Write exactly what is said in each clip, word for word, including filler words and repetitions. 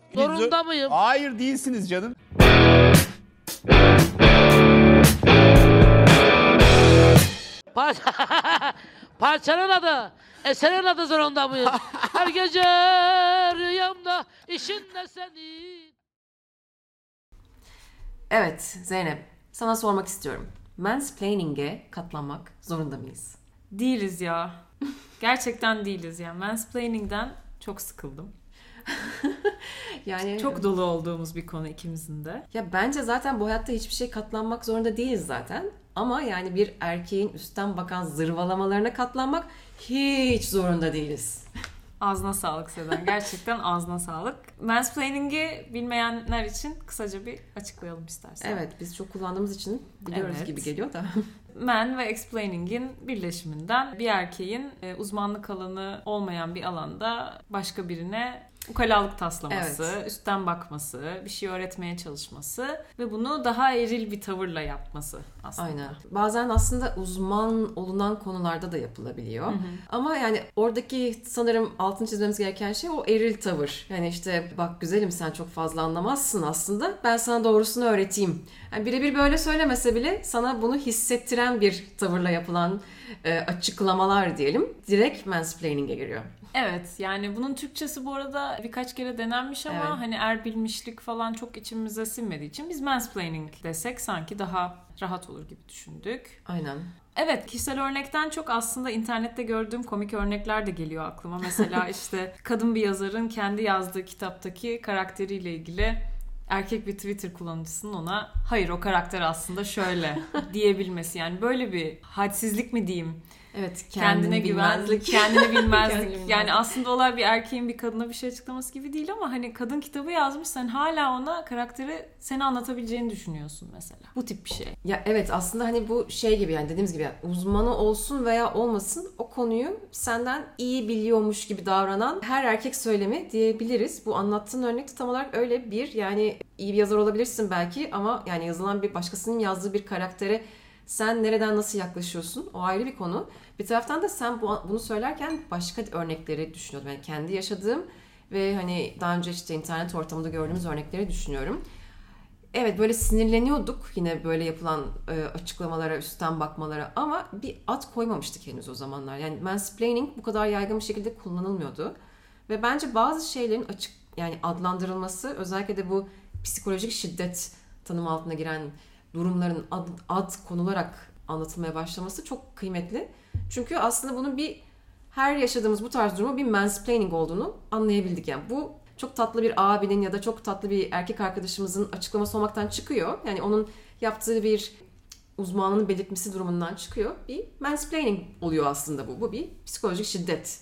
Zorunda mıyım? Hayır, değilsiniz canım. Parça... Parçanın adı, eserin adı zorunda mıyım? Her gece rüyamda işinle senin. Evet Zeynep, sana sormak istiyorum. Mansplaining'e katlanmak zorunda mıyız? Değiliz ya. Gerçekten değiliz ya. Mansplaining'den çok sıkıldım. Yani Çok dolu olduğumuz bir konu ikimizin de. ya bence zaten bu hayatta hiçbir şey katlanmak zorunda değiliz zaten. Ama yani bir erkeğin üstten bakan zırvalamalarına katlanmak hiç zorunda değiliz. Ağzına sağlık Sedan. Gerçekten ağzına sağlık. Mansplaining'i bilmeyenler için kısaca bir açıklayalım istersen. Evet, biz çok kullandığımız için biliyoruz Evet. gibi geliyor da. Man ve explaining'in birleşiminden bir erkeğin e, uzmanlık alanı olmayan bir alanda başka birine ukalalık taslaması, Evet. üstten bakması, bir şey öğretmeye çalışması ve bunu daha eril bir tavırla yapması aslında. Aynen. Bazen aslında uzman olunan konularda da yapılabiliyor. Hı hı. Ama yani oradaki sanırım altını çizmemiz gereken şey o eril tavır. Yani işte bak güzelim sen çok fazla anlamazsın aslında. Ben sana doğrusunu öğreteyim. Yani birebir böyle söylemese bile sana bunu hissettiren bir tavırla yapılan e, açıklamalar diyelim. Direkt mansplaining'e giriyor. Evet, yani bunun Türkçesi bu arada birkaç kere denenmiş ama Evet. hani er bilmişlik falan çok içimize sinmediği için biz mansplaining desek sanki daha rahat olur gibi düşündük. Aynen. Evet, kişisel örnekten çok aslında internette gördüğüm komik örnekler de geliyor aklıma. Mesela işte kadın bir yazarın kendi yazdığı kitaptaki karakteriyle ilgili erkek bir Twitter kullanıcısının ona hayır o karakter aslında şöyle diyebilmesi. Yani böyle bir hadsizlik mi diyeyim? Evet, Kendine güvenlik, kendini bilmezlik. Kendini bilmezlik. Yani aslında olay bir erkeğin bir kadına bir şey açıklaması gibi değil ama hani kadın kitabı yazmış, sen hala ona karakteri seni anlatabileceğini düşünüyorsun mesela. Bu tip bir şey. Ya evet, aslında hani bu şey gibi, yani dediğimiz gibi, yani uzmanı olsun veya olmasın o konuyu senden iyi biliyormuş gibi davranan her erkek söylemi diyebiliriz. Bu anlattığın örnekte tam olarak öyle bir, yani iyi bir yazar olabilirsin belki ama yani yazılan bir başkasının yazdığı bir karaktere sen nereden nasıl yaklaşıyorsun? O ayrı bir konu. Bir taraftan da sen bu, bunu söylerken başka örnekleri düşünüyordum. Yani kendi yaşadığım ve hani daha önce işte internet ortamında gördüğümüz örnekleri düşünüyorum. Evet, böyle sinirleniyorduk yine böyle yapılan e, açıklamalara, üstten bakmalara ama bir ad koymamıştık henüz o zamanlar. Yani mansplaining bu kadar yaygın bir şekilde kullanılmıyordu. Ve bence bazı şeylerin açık, yani adlandırılması, özellikle de bu psikolojik şiddet tanımı altına giren durumların ad, ad konularak anlatılmaya başlaması çok kıymetli. Çünkü aslında bunun bir, her yaşadığımız bu tarz durumu bir mansplaining olduğunu anlayabildik. Yani bu çok tatlı bir abinin ya da çok tatlı bir erkek arkadaşımızın açıklaması olmaktan çıkıyor. Yani onun yaptığı bir uzmanlığını belirtmesi durumundan çıkıyor. Bir mansplaining oluyor aslında bu. Bu bir psikolojik şiddet.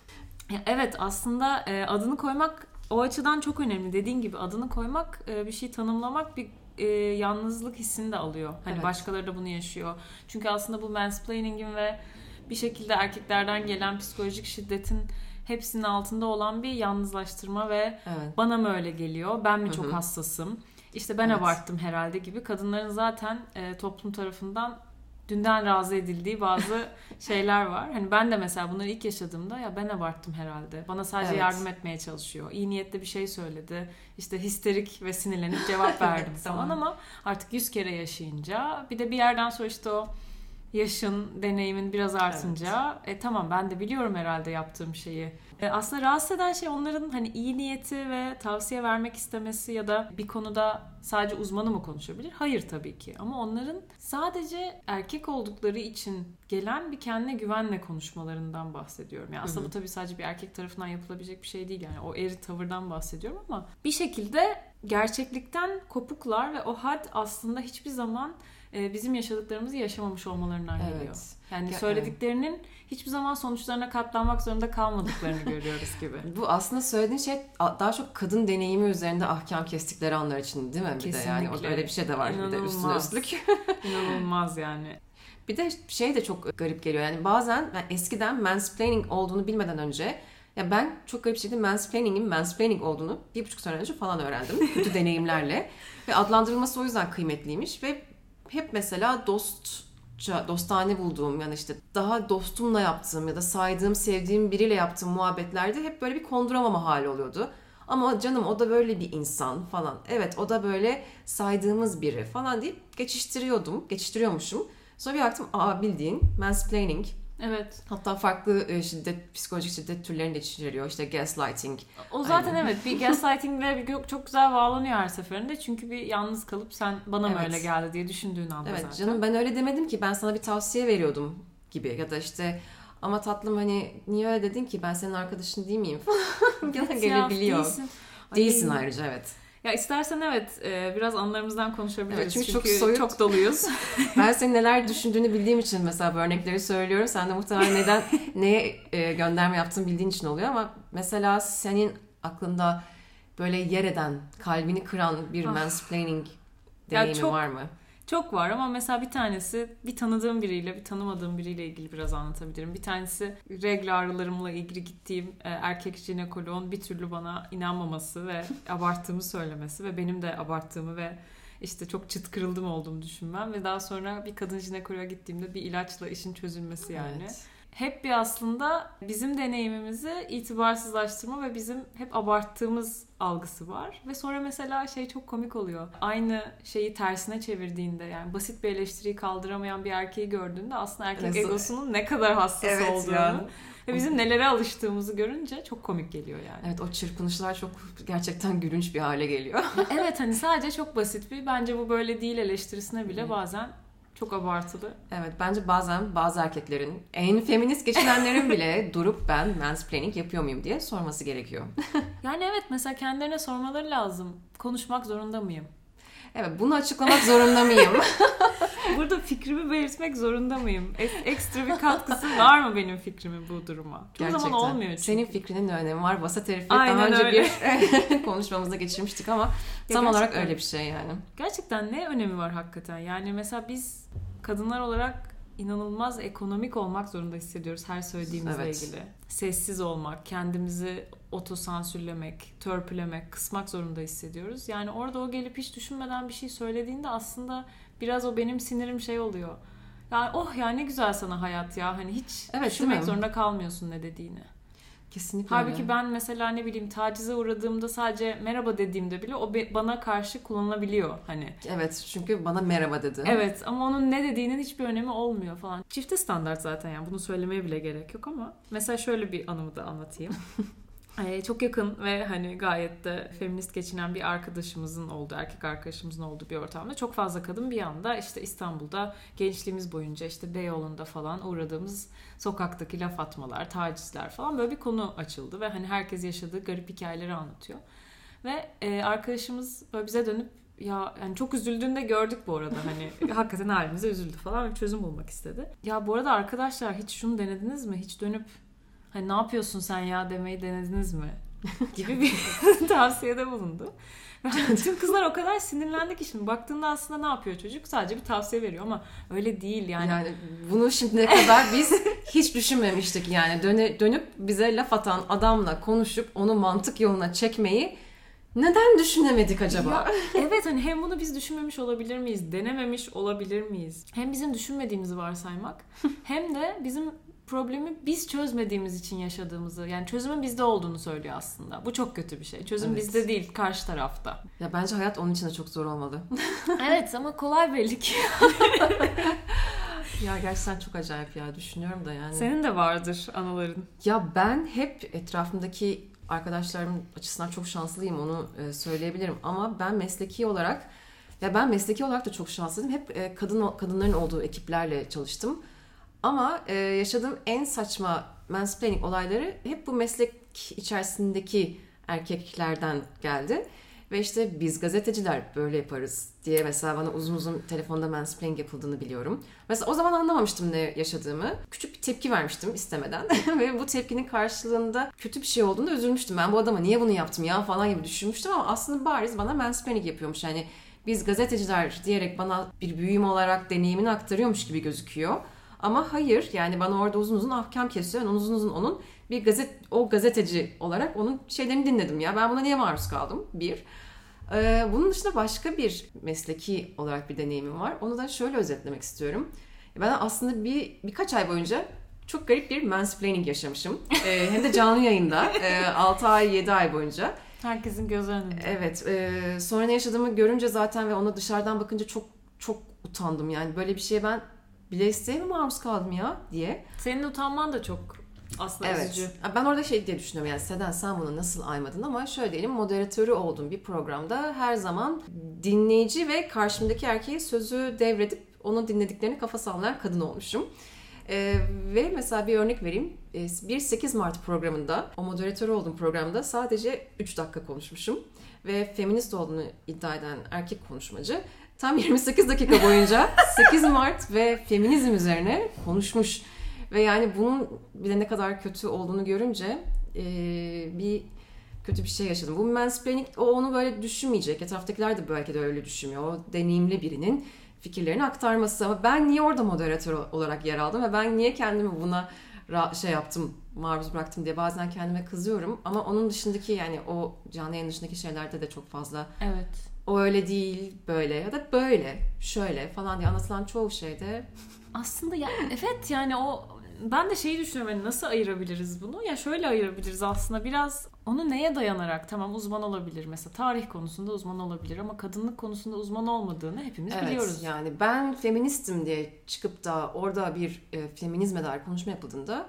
Ya evet, aslında e, adını koymak o açıdan çok önemli. Dediğin gibi adını koymak, e, bir şey tanımlamak bir e, yalnızlık hissini de alıyor. Hani Evet. başkaları da bunu yaşıyor. Çünkü aslında bu mansplaining'in ve bir şekilde erkeklerden gelen psikolojik şiddetin hepsinin altında olan bir yalnızlaştırma ve Evet. bana mı öyle geliyor, ben mi çok Hı hı. hassasım, işte ben Evet. abarttım herhalde gibi kadınların zaten e, toplum tarafından dünden razı edildiği bazı şeyler var. Hani ben de mesela bunları ilk yaşadığımda ya ben abarttım herhalde. Bana sadece Evet. yardım etmeye çalışıyor. İyi niyetli bir şey söyledi. İşte histerik ve sinirlenip cevap verdim Evet, falan tamam. ama artık yüz kere yaşayınca bir de bir yerden sonra işte o yaşın, deneyimin biraz artınca e tamam ben de biliyorum herhalde yaptığım şeyi. E, aslında rahatsız eden şey onların hani iyi niyeti ve tavsiye vermek istemesi ya da bir konuda sadece uzmanı mı konuşabilir? Hayır tabii ki. Ama onların sadece erkek oldukları için gelen bir kendine güvenle konuşmalarından bahsediyorum. Yani aslında Hı hı. bu tabii sadece bir erkek tarafından yapılabilecek bir şey değil. Yani o eri tavırdan bahsediyorum ama bir şekilde gerçeklikten kopuklar ve o had aslında hiçbir zaman bizim yaşadıklarımızı yaşamamış olmalarından Evet. geliyor. Yani Ya, söylediklerinin hiçbir zaman sonuçlarına katlanmak zorunda kalmadıklarını görüyoruz gibi. Bu aslında söylediğin şey daha çok kadın deneyimi üzerinde ahkam kestikleri anlar için değil mi? Bir de yani Kesinlikle. öyle bir şey de var. Bir de üstüne İnanılmaz. üstlük. İnanılmaz yani. Bir de şey de çok garip geliyor. Yani bazen ben eskiden mansplaining olduğunu bilmeden önce, ya ben çok garip bir şekilde mansplaining'in mansplaining olduğunu bir buçuk sene önce falan öğrendim. Kötü deneyimlerle. Ve adlandırılması o yüzden kıymetliymiş ve hep mesela dostça, dostane bulduğum, yani işte daha dostumla yaptığım ya da saydığım, sevdiğim biriyle yaptığım muhabbetlerde hep böyle bir konduramama hali oluyordu. Ama canım o da böyle bir insan falan. Evet o da böyle saydığımız biri falan deyip geçiştiriyordum. Geçiştiriyormuşum. Sonra bir baktım aa bildiğin mansplaining. Evet. Hatta farklı şiddet, psikolojik şiddet türlerini de içeriyor. İşte gaslighting. O zaten Aynen. evet bir gaslightingle bir çok güzel bağlanıyor her seferinde. Çünkü bir yalnız kalıp sen bana mı Evet. öyle geldi diye düşündüğün anda Evet zaten. canım ben öyle demedim ki ben sana bir tavsiye veriyordum gibi ya da işte ama tatlım hani niye öyle dedin ki ben senin arkadaşın değil miyim falan Evet gelebiliyor. Ya, değilsin. Değilsin Ay. ayrıca evet. Ya istersen evet biraz anılarımızdan konuşabiliriz. Evet, çünkü çünkü çok soyut. çok doluyuz. Ben senin neler düşündüğünü bildiğim için mesela bu örnekleri söylüyorum. Sen de muhtemelen neden neye e, gönderme yaptığını bildiğin için oluyor ama mesela senin aklında böyle yer eden, kalbini kıran bir Ah. mansplaining Ya deneyimi çok- var mı? Çok var ama mesela bir tanesi bir tanıdığım biriyle bir tanımadığım biriyle ilgili biraz anlatabilirim. Bir tanesi regl ağrılarımla ilgili gittiğim e, erkek jinekoloğun bir türlü bana inanmaması ve abarttığımı söylemesi ve benim de abarttığımı ve işte çok çıt kırıldım olduğumu düşünmem ve daha sonra bir kadın jinekoloğa gittiğimde bir ilaçla işin çözülmesi yani. Evet. Hep bir aslında bizim deneyimimizi itibarsızlaştırma ve bizim hep abarttığımız algısı var. Ve sonra mesela şey çok komik oluyor. Aynı şeyi tersine çevirdiğinde yani basit bir eleştiriyi kaldıramayan bir erkeği gördüğünde aslında erkek Evet. egosunun ne kadar hassas olduğunu ya. ve bizim nelere alıştığımızı görünce çok komik geliyor yani. Evet o çırpınışlar çok gerçekten gülünç bir hale geliyor. Evet hani sadece çok basit bir bence bu böyle değil eleştirisine bile Evet. bazen çok abartılı. Evet bence bazen bazı erkeklerin en feminist geçinenlerin bile durup ben mansplaining yapıyor muyum diye sorması gerekiyor. Yani evet mesela kendilerine sormaları lazım. Konuşmak zorunda mıyım? Evet bunu açıklamak zorunda mıyım? Burada fikrimi belirtmek zorunda mıyım? E- ekstra bir katkısı var mı benim fikrimin bu duruma? Çoğu zaman olmuyor çünkü. Senin fikrinin de önemi var. Vasat herifi Aynen daha önce öyle. bir konuşmamızda geçirmiştik ama tam Ya olarak gerçekten. öyle bir şey yani. Gerçekten ne önemi var hakikaten? Yani mesela biz kadınlar olarak inanılmaz ekonomik olmak zorunda hissediyoruz her söylediğimizle Evet. ilgili. Sessiz olmak, kendimizi otosansürlemek, törpülemek, kısmak zorunda hissediyoruz. Yani orada o gelip hiç düşünmeden bir şey söylediğinde aslında biraz o benim sinirim şey oluyor. Yani oh ya ne güzel sana hayat ya. Hani hiç Evet, düşünmek değil mi? zorunda kalmıyorsun ne dediğini. Kesinlikle Halbuki öyle. ben mesela ne bileyim tacize uğradığımda sadece merhaba dediğimde bile o be- bana karşı kullanılabiliyor hani. Evet çünkü bana merhaba dedi. Evet ama onun ne dediğinin hiçbir önemi olmuyor falan. Çifte standart zaten yani bunu söylemeye bile gerek yok ama mesela şöyle bir anımı da anlatayım. Ee, çok yakın ve hani gayet de feminist geçinen bir arkadaşımızın olduğu, erkek arkadaşımızın olduğu bir ortamda çok fazla kadın bir anda işte İstanbul'da gençliğimiz boyunca işte Beyoğlu'nda falan uğradığımız sokaktaki laf atmalar, tacizler falan böyle bir konu açıldı ve hani herkes yaşadığı garip hikayeleri anlatıyor. Ve e, arkadaşımız böyle bize dönüp ya yani çok üzüldüğünde gördük bu arada hani hakikaten halimize üzüldü falan ve çözüm bulmak istedi. Ya bu arada arkadaşlar hiç şunu denediniz mi? Hiç dönüp hani ne yapıyorsun sen ya demeyi denediniz mi? gibi bir tavsiyede bulundu. Ve hani tüm kızlar o kadar sinirlendi ki şimdi baktığında aslında ne yapıyor çocuk? Sadece bir tavsiye veriyor ama öyle değil yani. Yani bunu şimdiye kadar biz hiç düşünmemiştik yani Döne, dönüp bize laf atan adamla konuşup onu mantık yoluna çekmeyi neden düşünemedik acaba? Ya, evet hani hem bunu biz düşünmemiş olabilir miyiz? Denememiş olabilir miyiz? Hem bizim düşünmediğimizi varsaymak hem de bizim problemi biz çözmediğimiz için yaşadığımızı yani çözümün bizde olduğunu söylüyor aslında. Bu çok kötü bir şey. Çözüm Evet. bizde değil karşı tarafta. Ya bence hayat onun için de çok zor olmalı. Evet ama kolay belli ki. Ya gerçekten çok acayip ya düşünüyorum da yani. Senin de vardır anıların. Ya ben hep etrafımdaki arkadaşlarım açısından çok şanslıyım onu e, söyleyebilirim ama ben mesleki olarak ya ben mesleki olarak da çok şanslıyım. Hep e, kadın kadınların olduğu ekiplerle çalıştım. Ama e, yaşadığım en saçma mansplaining olayları hep bu meslek içerisindeki erkeklerden geldi. Ve işte biz gazeteciler böyle yaparız diye mesela bana uzun uzun telefonda mansplaining yapıldığını biliyorum. Mesela o zaman anlamamıştım ne yaşadığımı. Küçük bir tepki vermiştim istemeden. Ve bu tepkinin karşılığında kötü bir şey olduğunda üzülmüştüm. Ben bu adama niye bunu yaptım ya falan gibi düşünmüştüm ama aslında bariz bana mansplaining yapıyormuş. Yani biz gazeteciler diyerek bana bir büyüm olarak deneyimini aktarıyormuş gibi gözüküyor. Ama hayır yani bana orada uzun uzun ahkam kesiyor. Yani uzun uzun onun bir gazet o gazeteci olarak onun şeylerini dinledim ya. Ben buna niye maruz kaldım? Bir. Ee, bunun dışında başka bir mesleki olarak bir deneyimim var. Onu da şöyle özetlemek istiyorum. Ben aslında bir birkaç ay boyunca çok garip bir mansplaining yaşamışım. Ee, hem de canlı yayında. Ee, altı ay yedi ay boyunca. Herkesin göz önünde. Evet. E, sonra ne yaşadığımı görünce zaten ve ona dışarıdan bakınca çok çok utandım. Yani böyle bir şeye ben bile isteye mi maruz kaldım ya diye. Senin utanman da çok aslında Evet. üzücü. Ben orada şey diye düşünüyorum, yani Seden sen bunu nasıl aymadın, ama şöyle diyelim, moderatörü olduğum bir programda her zaman dinleyici ve karşımdaki erkeğe sözü devredip onun dinlediklerini kafa sallayan kadın olmuşum. Ee, ve mesela bir örnek vereyim. Ee, bir sekiz Mart programında, o moderatörü olduğum programda sadece üç dakika konuşmuşum. Ve feminist olduğunu iddia eden erkek konuşmacı tam yirmi sekiz dakika boyunca sekiz Mart ve feminizm üzerine konuşmuş. Ve yani bunun bile ne kadar kötü olduğunu görünce e, bir kötü bir şey yaşadım. Bu mansplaining, o onu böyle düşünmeyecek. Etraftakiler de belki de öyle düşünmüyor. O deneyimli birinin fikirlerini aktarması. Ama ben niye orada moderatör olarak yer aldım ve ben niye kendimi buna şey yaptım, maruz bıraktım diye bazen kendime kızıyorum. Ama onun dışındaki, yani o canlı yayın dışındaki şeylerde de çok fazla Evet. o öyle değil, böyle ya da böyle, şöyle falan diye anlatılan çoğu şeyde Aslında ya evet, yani o, ben de şeyi düşünüyorum, hani nasıl ayırabiliriz bunu? Ya şöyle ayırabiliriz aslında, biraz onu neye dayanarak, tamam uzman olabilir mesela, tarih konusunda uzman olabilir ama kadınlık konusunda uzman olmadığını hepimiz evet, biliyoruz. Yani ben feministim diye çıkıp da orada bir e, feminizme dair konuşma yapıldığında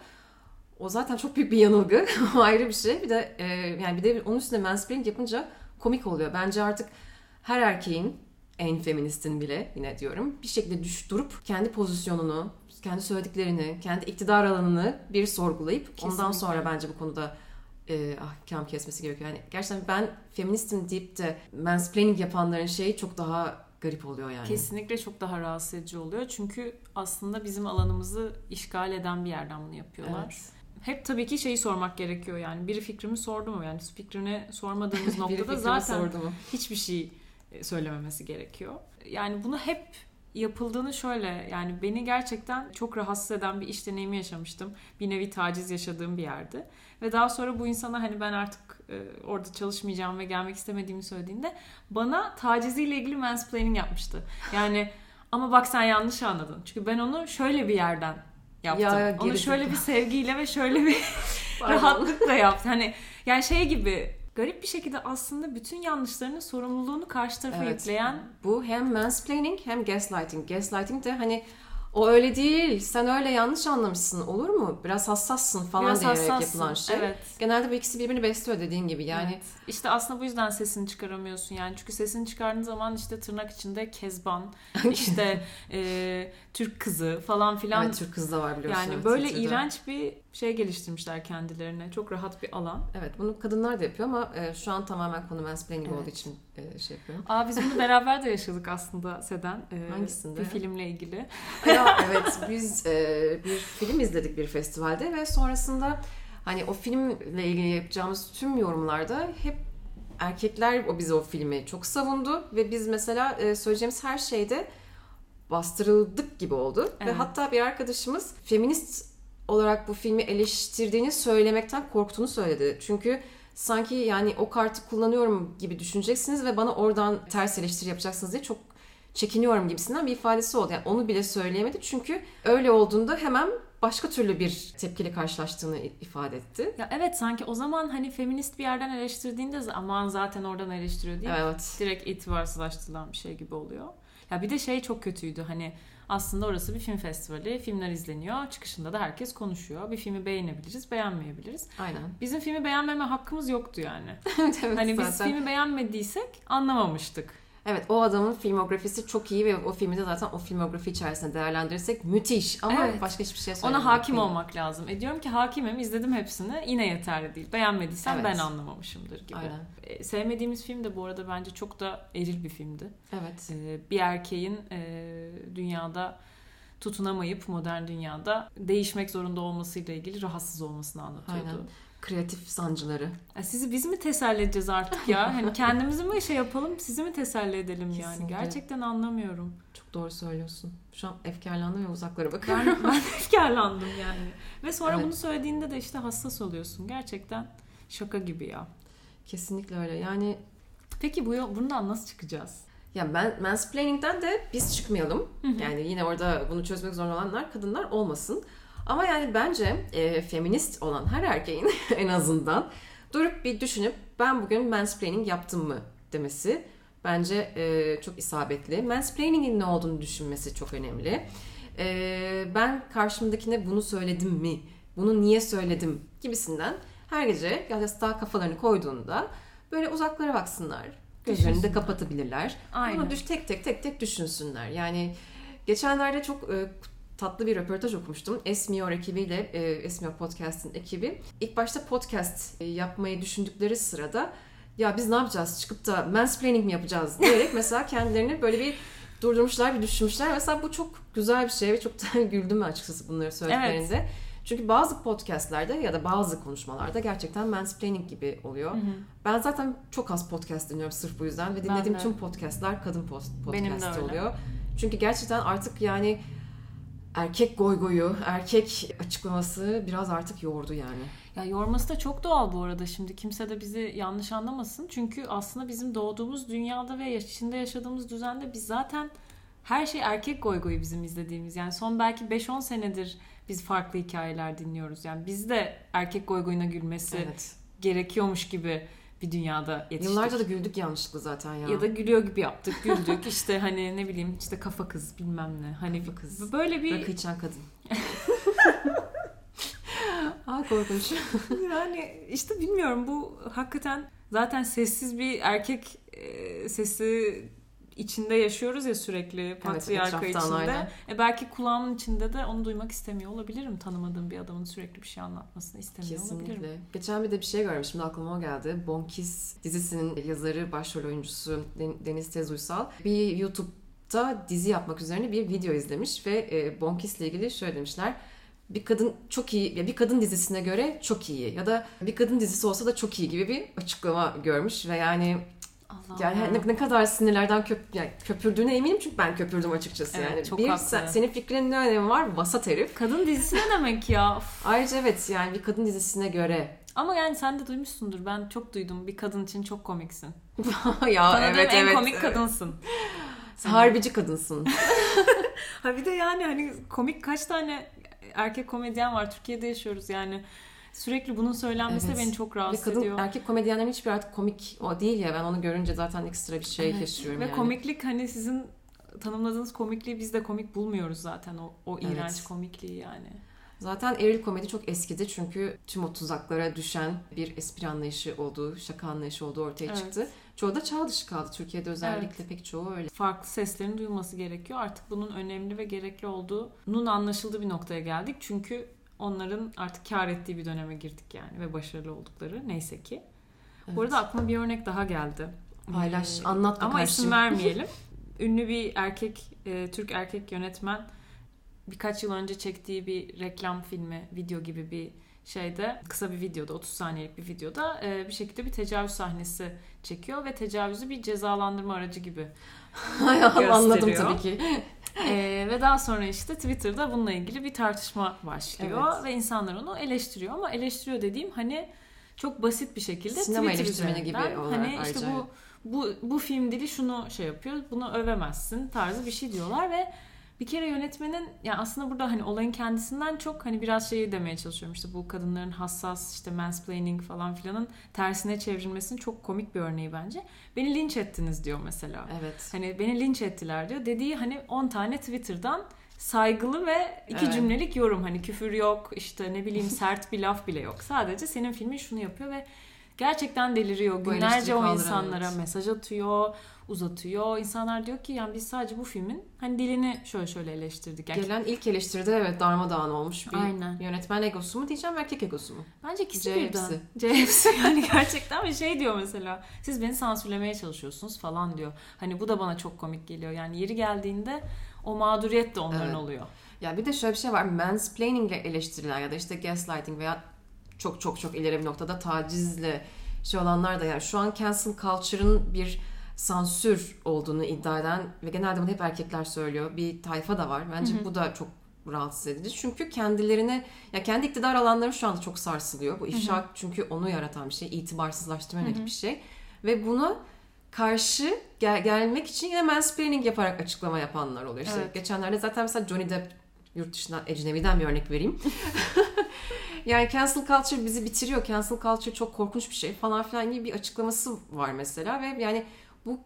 o zaten çok büyük bir yanılgı. O ayrı bir şey. Bir de e, yani bir de onun üstüne mansplaining yapınca komik oluyor. Bence artık her erkeğin, en feministin bile yine diyorum, bir şekilde düş durup kendi pozisyonunu, kendi söylediklerini, kendi iktidar alanını bir sorgulayıp Kesinlikle. ondan sonra bence bu konuda e, ahkam kesmesi gerekiyor. Yani gerçekten ben feministim deyip de mansplaining yapanların şeyi çok daha garip oluyor yani. Kesinlikle çok daha rahatsız edici oluyor. Çünkü aslında bizim alanımızı işgal eden bir yerden bunu yapıyorlar. Evet. Hep tabii ki şeyi sormak gerekiyor yani. Biri fikrimi sordu mu? Yani fikrini sormadığımız noktada fikrimi zaten sordu mu? hiçbir şey söylememesi gerekiyor. Yani bunu hep yapıldığını şöyle, yani beni gerçekten çok rahatsız eden bir iş deneyimi yaşamıştım. Bir nevi taciz yaşadığım bir yerdi. Ve daha sonra bu insana hani ben artık e, orada çalışmayacağım ve gelmek istemediğimi söylediğinde bana taciziyle ilgili mansplaining yapmıştı. Yani ama bak sen yanlış anladın. Çünkü ben onu şöyle bir yerden yaptım. Ya, onu şöyle gerizekalı. bir sevgiyle ve şöyle bir rahatlıkla yaptım. Hani yani şey gibi, garip bir şekilde aslında bütün yanlışlarının sorumluluğunu karşı tarafa Evet. yükleyen. Bu hem mansplaining hem gaslighting. Gaslighting de hani o öyle değil, sen öyle yanlış anlamışsın, olur mu? Biraz hassassın falan Biraz diyerek hassassın, yapılan şey. evet. Genelde bu ikisi birbirini besliyor dediğin gibi yani. Evet. İşte aslında bu yüzden sesini çıkaramıyorsun yani. Çünkü sesini çıkardığın zaman işte tırnak içinde kezban, işte e, Türk kızı falan filan. Evet, Türk kızı da var biliyorsun. Yani evet, böyle Twitter'da. iğrenç bir şey geliştirmişler kendilerine. Çok rahat bir alan. Evet, bunu kadınlar da yapıyor ama e, şu an tamamen konu mansplaining Evet. olduğu için e, şey yapıyorum. Aa, biz bunu beraber de yaşadık aslında Seden. Ee, Hangisinde? Bir filmle ilgili. Ya, evet, biz e, bir film izledik bir festivalde ve sonrasında hani o filmle ilgili yapacağımız tüm yorumlarda hep erkekler o bize o filmi çok savundu ve biz mesela e, söyleyeceğimiz her şeyde bastırıldık gibi oldu. Evet. Ve hatta bir arkadaşımız feminist olarak bu filmi eleştirdiğini söylemekten korktuğunu söyledi. Çünkü sanki yani o kartı kullanıyorum gibi düşüneceksiniz ve bana oradan ters eleştiri yapacaksınız diye çok çekiniyorum gibisinden bir ifadesi oldu. Yani onu bile söyleyemedi çünkü öyle olduğunda hemen başka türlü bir tepkiyle karşılaştığını ifade etti. Ya evet, sanki o zaman hani feminist bir yerden eleştirdiğinde aman zaten oradan eleştiriyor diye Evet. direkt itibarsızlaştırılan bir şey gibi oluyor. Ya bir de şey çok kötüydü, hani aslında orası bir film festivali, filmler izleniyor, çıkışında da herkes konuşuyor. Bir filmi beğenebiliriz, beğenmeyebiliriz. Aynen. Bizim filmi beğenmeme hakkımız yoktu yani. evet, evet, Hani biz zaten. filmi beğenmediysek anlamamıştık. Evet, o adamın filmografisi çok iyi ve o filmi de zaten o filmografi içerisinde değerlendirirsek müthiş ama Evet. başka hiçbir şey Ona söylememek. hakim olmak lazım. E diyorum ki hakimim, izledim hepsini, yine yeterli değil. Beğenmediysem Evet. ben anlamamışımdır gibi. Aynen. E, sevmediğimiz film de bu arada bence çok da eril bir filmdi. Evet. E, bir erkeğin e, dünyada tutunamayıp modern dünyada değişmek zorunda olmasıyla ilgili rahatsız olmasını anlatıyordu. Aynen. Kreatif sancıları. Ya sizi biz mi teselli edeceğiz artık ya? Hani kendimizi mi şey yapalım, sizi mi teselli edelim yani? Kesinlikle. Gerçekten anlamıyorum. Çok doğru söylüyorsun. Şu an efkarlandım ve uzaklara bakıyorum. Ben, ben efkarlandım yani. Ve sonra Evet. bunu söylediğinde de işte hassas oluyorsun. Gerçekten şaka gibi ya. Kesinlikle öyle. Yani Peki bu bundan nasıl çıkacağız? ya ben mansplaining'den de biz çıkmayalım. Hı hı. Yani yine orada bunu çözmek zorunda olanlar kadınlar olmasın. Ama yani bence e, feminist olan her erkeğin en azından durup bir düşünüp ben bugün mansplaining yaptım mı demesi bence e, çok isabetli. Mansplaining'in ne olduğunu düşünmesi çok önemli. E, ben karşımdakine bunu söyledim mi? Bunu niye söyledim? Gibisinden her gece yastığa kafalarını koyduğunda böyle uzaklara baksınlar. Gözlerini de kapatabilirler. Aynen. Bunu düş, tek tek tek tek düşünsünler. Yani geçenlerde çok e, tatlı bir röportaj okumuştum. Esmiyor ekibiyle, e, Esmiyor Podcast'ın ekibi. İlk başta podcast e, yapmayı düşündükleri sırada ya biz ne yapacağız? Çıkıp da mansplaining mi yapacağız diyerek mesela kendilerini böyle bir durdurmuşlar, bir düşünmüşler. Mesela bu çok güzel bir şey ve çok da güldüm açıkçası bunları söylediklerinde. Evet. Çünkü bazı podcastlerde ya da bazı konuşmalarda gerçekten mansplaining gibi oluyor. Hı hı. Ben zaten çok az podcast dinliyorum sırf bu yüzden ve dinlediğim tüm podcastlar kadın podcast oluyor. Çünkü gerçekten artık yani erkek goygoyu, erkek açıklaması biraz artık yordu yani. Ya yorması da çok doğal bu arada. Şimdi kimse de bizi yanlış anlamasın. Çünkü aslında bizim doğduğumuz dünyada ve içinde yaşadığımız düzende biz zaten her şey erkek goygoyu bizim izlediğimiz. Yani son belki beş on senedir biz farklı hikayeler dinliyoruz. Yani biz de erkek goygoyuna gülmesi evet. gerekiyormuş gibi bir dünyada yetiştik. Yıllarca da güldük yanlışlıkla zaten ya. Ya da gülüyor gibi yaptık, güldük. İşte hani ne bileyim işte kafa kız bilmem ne. Hani kafa kız. Böyle bir... Rakı içen kadın. Aa korkunç. Yani işte bilmiyorum bu hakikaten zaten sessiz bir erkek e, sesi içinde yaşıyoruz ya sürekli patriarka evet, içinde. E belki kulağımın içinde de onu duymak istemiyor olabilirim. Tanımadığım bir adamın sürekli bir şey anlatmasını istemiyor Kesinlikle. olabilirim. Geçen bir de bir şey görmüştüm. Aklıma o geldi. Bonkis dizisinin yazarı, başrol oyuncusu Deniz Tez Uysal bir YouTube'da dizi yapmak üzerine bir video izlemiş ve Bonkis'le ilgili şöyle demişler. Bir kadın çok iyi, ya bir kadın dizisine göre çok iyi ya da bir kadın dizisi olsa da çok iyi gibi bir açıklama görmüş ve yani Allah yani Allah. Ne, ne kadar sinirlerden köp, yani köpürdüğüne eminim çünkü ben köpürdüm açıkçası evet, yani. Çok bir haklı. sen, senin fikrinin ne önemi var? Vasat herif. Kadın dizisi ne demek ya? Ayrıca evet yani bir kadın dizisine göre. Ama yani sen de duymuşsundur. Ben çok duydum. Bir kadın için çok komiksin. ya Tanıdığım evet en evet. komik kadınsın. Harbici kadınsın. Ha bir de yani hani komik kaç tane erkek komedyen var. Türkiye'de yaşıyoruz yani. Sürekli bunun söylenmesi evet. beni çok rahatsız kadın, ediyor. Erkek komedyenlerin hiçbir artık komik o değil ya. Ben onu görünce zaten ekstra bir şey evet. yaşıyorum Ve yani. komiklik hani sizin tanımladığınız komikliği biz de komik bulmuyoruz zaten. O, o iğrenç evet. komikliği yani. Zaten eril komedi çok eskidi çünkü tüm o tuzaklara düşen bir espri anlayışı olduğu, şaka anlayışı olduğu ortaya evet. çıktı. Çoğu da çağ dışı kaldı. Türkiye'de özellikle evet. pek çoğu öyle. Farklı seslerin duyulması gerekiyor. Artık bunun önemli ve gerekli olduğunun anlaşıldığı bir noktaya geldik. Çünkü onların artık kâr ettiği bir döneme girdik yani ve başarılı oldukları neyse ki. Evet. Bu arada aklıma bir örnek daha geldi. Paylaş, ee, anlat Ama kardeşim. isim vermeyelim. Ünlü bir erkek, e, Türk erkek yönetmen birkaç yıl önce çektiği bir reklam filmi, video gibi bir şeyde, kısa bir videoda, otuz saniyelik bir videoda e, bir şekilde bir tecavüz sahnesi çekiyor ve tecavüzü bir cezalandırma aracı gibi gösteriyor. Anladım tabii ki. Ee, ve daha sonra işte Twitter'da bununla ilgili bir tartışma başlıyor evet. ve insanlar onu eleştiriyor ama eleştiriyor dediğim hani çok basit bir şekilde sinema Twitter eleştirmeni gibi olarak hani işte ayrıca. bu bu bu film dili şunu şey yapıyor, bunu övemezsin tarzı bir şey diyorlar ve bir kere yönetmenin yani aslında burada hani olayın kendisinden çok hani biraz şeyi demeye çalışıyorum işte bu kadınların hassas işte mansplaining falan filanın tersine çevrilmesinin çok komik bir örneği bence. Beni linç ettiniz diyor mesela. Evet. Hani beni linç ettiler diyor. Dediği hani on tane Twitter'dan saygılı ve iki evet. cümlelik yorum hani küfür yok işte ne bileyim sert bir laf bile yok. Sadece senin filmin şunu yapıyor ve gerçekten deliriyor. Bu günlerce o insanlara evet. mesaj atıyor, uzatıyor. İnsanlar diyor ki yani biz sadece bu filmin hani dilini şöyle şöyle eleştirdik. Yani gelen ilk eleştiride evet darmadağın olmuş bir Aynen. yönetmen egosu mu diyeceğim erkek egosu mu? Bence ikisi birden. C F C yani gerçekten bir şey diyor mesela. Siz beni sansürlemeye çalışıyorsunuz falan diyor. Hani bu da bana çok komik geliyor. Yani yeri geldiğinde o mağduriyet de onların evet. oluyor. Ya bir de şöyle bir şey var. Mansplaining ile eleştirilen ya da işte gaslighting veya çok çok çok ileri bir noktada tacizle şey olanlar da yani şu an cancel culture'ın bir sansür olduğunu iddia eden ve genelde bunu hep erkekler söylüyor. Bir tayfa da var. Bence hı hı. bu da çok rahatsız edici. Çünkü kendilerine ya kendi iktidar alanları şu anda çok sarsılıyor. Bu ifşa hı hı. çünkü onu yaratan bir şey. İtibarsızlaştırma yönelik bir şey. Ve bunu karşı gel- gelmek için yine mansplaining yaparak açıklama yapanlar oluyor. İşte evet. geçenlerde zaten mesela Johnny Depp yurt dışından ecnebiden bir örnek vereyim. Yani cancel culture bizi bitiriyor. Cancel culture çok korkunç bir şey falan filan gibi bir açıklaması var mesela ve yani bu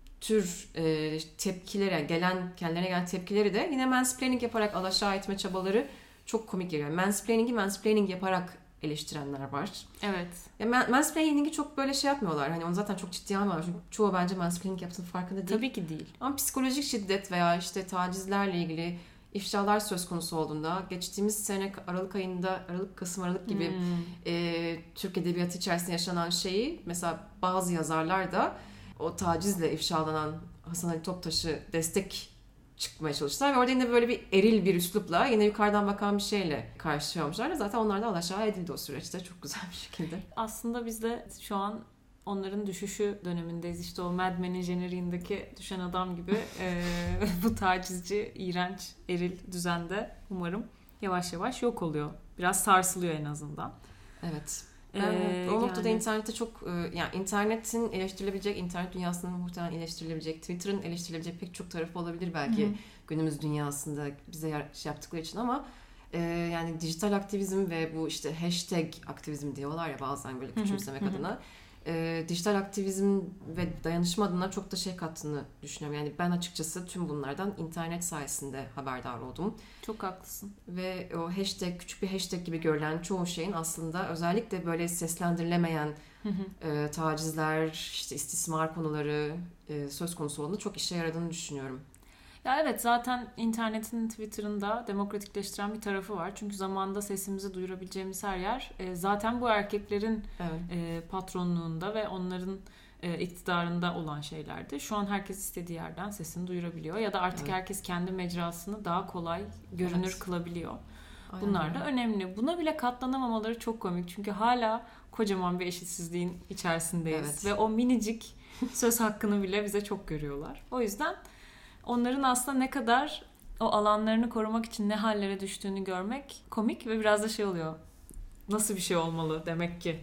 tür e, tepkilere gelen, kendilerine gelen tepkileri de yine mansplaining yaparak alaşağı etme çabaları çok komik geliyor. Mansplaining'i mansplaining yaparak eleştirenler var. Evet. Ya man- mansplaining'i çok böyle şey yapmıyorlar. Hani onu zaten çok ciddiye almıyorlar. Çünkü çoğu bence mansplaining yaptığının farkında değil. Tabii ki değil. Ama psikolojik şiddet veya işte tacizlerle ilgili ifşalar söz konusu olduğunda geçtiğimiz sene Aralık ayında, Aralık, Kasım, Aralık gibi Hmm. e, Türk Edebiyatı içerisinde yaşanan şeyi mesela bazı yazarlar da o tacizle ifşalanan Hasan Ali Toptaş'ı destek çıkmaya çalıştılar ve orada yine böyle bir eril bir üslupla yine yukarıdan bakan bir şeyle karşılıyormuşlar. Zaten onlar da alaşağı edildi o süreçte çok güzel bir şekilde. Aslında biz de şu an onların düşüşü dönemindeyiz. İşte o Mad Men'in jeneriğindeki düşen adam gibi e, bu tacizci, iğrenç, eril düzende umarım yavaş yavaş yok oluyor. Biraz sarsılıyor en azından. Evet. Ee, Evet, o noktada yani- internette çok e, yani internetin eleştirilebilecek, internet dünyasının muhtemelen eleştirilebilecek, Twitter'ın eleştirilebilecek pek çok tarafı olabilir belki Hı hı. günümüz dünyasında bize yar- şey yaptıkları için ama e, yani dijital aktivizm ve bu işte hashtag aktivizm diyorlar ya bazen böyle Hı hı, küçümsemek hı hı. adına. E, dijital aktivizm ve dayanışma adına çok da şey kattığını düşünüyorum. Yani ben açıkçası tüm bunlardan internet sayesinde haberdar oldum. Çok haklısın. Ve o hashtag, küçük bir hashtag gibi görülen çoğu şeyin aslında özellikle böyle seslendirilemeyen Hı hı. e, tacizler, işte istismar konuları e, söz konusu olduğunda çok işe yaradığını düşünüyorum. Ya evet, zaten internetin, Twitter'ın da demokratikleştiren bir tarafı var. Çünkü zamanında sesimizi duyurabileceğimiz her yer e, zaten bu erkeklerin Evet. e, patronluğunda ve onların e, iktidarında olan şeylerdi. Şu an herkes istediği yerden sesini duyurabiliyor ya da artık Evet. herkes kendi mecrasını daha kolay görünür Evet. kılabiliyor. Aynen Bunlar öyle. da önemli. Buna bile katlanamamaları çok komik. Çünkü hala kocaman bir eşitsizliğin içerisindeyiz. Evet. Ve o minicik söz hakkını bile bize çok görüyorlar. O yüzden onların aslında ne kadar o alanlarını korumak için ne hallere düştüğünü görmek komik ve biraz da şey oluyor. Nasıl bir şey olmalı demek ki.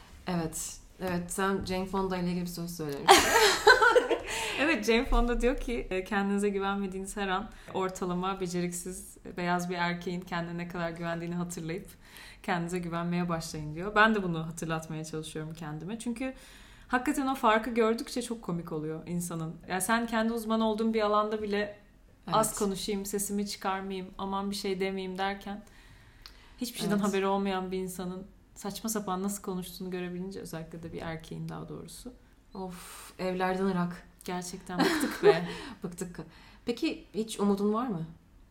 Evet. Evet, sen Jane Fonda ile ilgili bir söz söylemiştin. Evet, Jane Fonda diyor ki kendinize güvenmediğiniz her an ortalama, beceriksiz, beyaz bir erkeğin kendine ne kadar güvendiğini hatırlayıp kendinize güvenmeye başlayın diyor. Ben de bunu hatırlatmaya çalışıyorum kendime. Çünkü hakikaten o farkı gördükçe çok komik oluyor insanın. Yani sen kendi uzman olduğun bir alanda bile az Evet. konuşayım, sesimi çıkarmayayım, aman bir şey demeyeyim derken hiçbir şeyden Evet. haberi olmayan bir insanın saçma sapan nasıl konuştuğunu görebilince, özellikle de bir erkeğin daha doğrusu. Of, evlerden ırak. Gerçekten bıktık be. Bıktık. Peki hiç umudun var mı?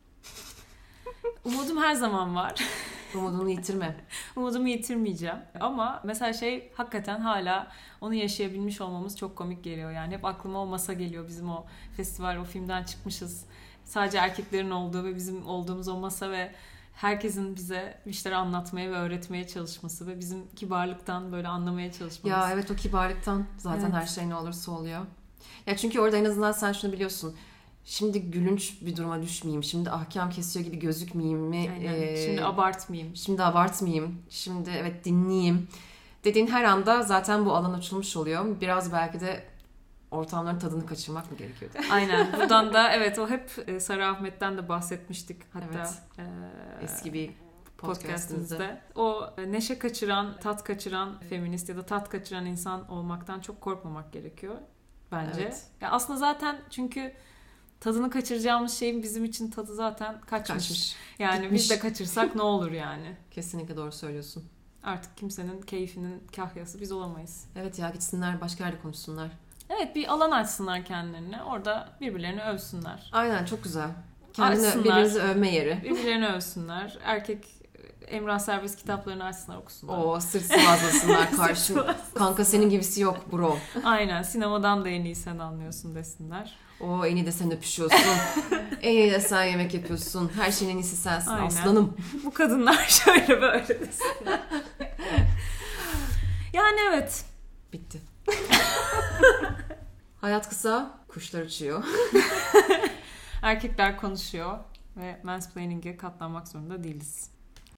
Umudum her zaman var. Umudunu yitirme. Umudumu yitirmeyeceğim. Ama mesela şey, hakikaten hala onu yaşayabilmiş olmamız çok komik geliyor. Yani hep aklıma o masa geliyor. Bizim o festival, o filmden çıkmışız. Sadece erkeklerin olduğu ve bizim olduğumuz o masa ve herkesin bize bir şeyler anlatmaya ve öğretmeye çalışması ve bizim kibarlıktan böyle anlamaya çalışmamız. Ya evet, o kibarlıktan zaten Evet. her şey ne olursa oluyor. Ya çünkü orada en azından sen şunu biliyorsun. Şimdi gülünç bir duruma düşmeyeyim. Şimdi ahkam kesiyor gibi gözükmeyeyim mi? Aynen. Ee, Şimdi abartmayayım. Şimdi abartmayayım. Şimdi evet dinleyeyim. Dediğin her anda zaten bu alan açılmış oluyor. Biraz belki de ortamların tadını kaçırmak mı gerekiyordu? Aynen. Buradan da evet, o hep e, Sarı Ahmet'ten de bahsetmiştik. Hatta Evet. e, Eski bir podcastimizde. podcastimizde. O neşe kaçıran, tat kaçıran feminist ya da tat kaçıran insan olmaktan çok korkmamak gerekiyor bence. Evet. Ya aslında zaten çünkü tadını kaçıracağımız şeyin bizim için tadı zaten kaçmış. Kaçmış. Yani Gitmiş. biz de kaçırsak ne olur yani? Kesinlikle doğru söylüyorsun. Artık kimsenin keyfinin kahyası biz olamayız. Evet ya, gitsinler başka yerde konuşsunlar. Evet, bir alan açsınlar kendilerine. Orada birbirlerini övsünler. Aynen, çok güzel. Kendini Açsınlar. birbirinizi övme yeri. Birbirlerini övsünler. Erkek Emrah Serbest kitaplarını açsınlar, okusunlar. O sırt sıvazlasınlar Sırt karşı. sıvazlasın. Kanka senin gibisi yok bro. Aynen, sinemadan da en iyi sen anlıyorsun desinler. O en iyi de sen öpüşüyorsun. En iyi de sen yemek yapıyorsun. Her şeyin en iyisi sensin Aynen. aslanım. Bu kadınlar şöyle böyle desinler. Yani evet. Bitti. Hayat kısa, kuşlar uçuyor. Erkekler konuşuyor ve mansplaining'e katlanmak zorunda değiliz.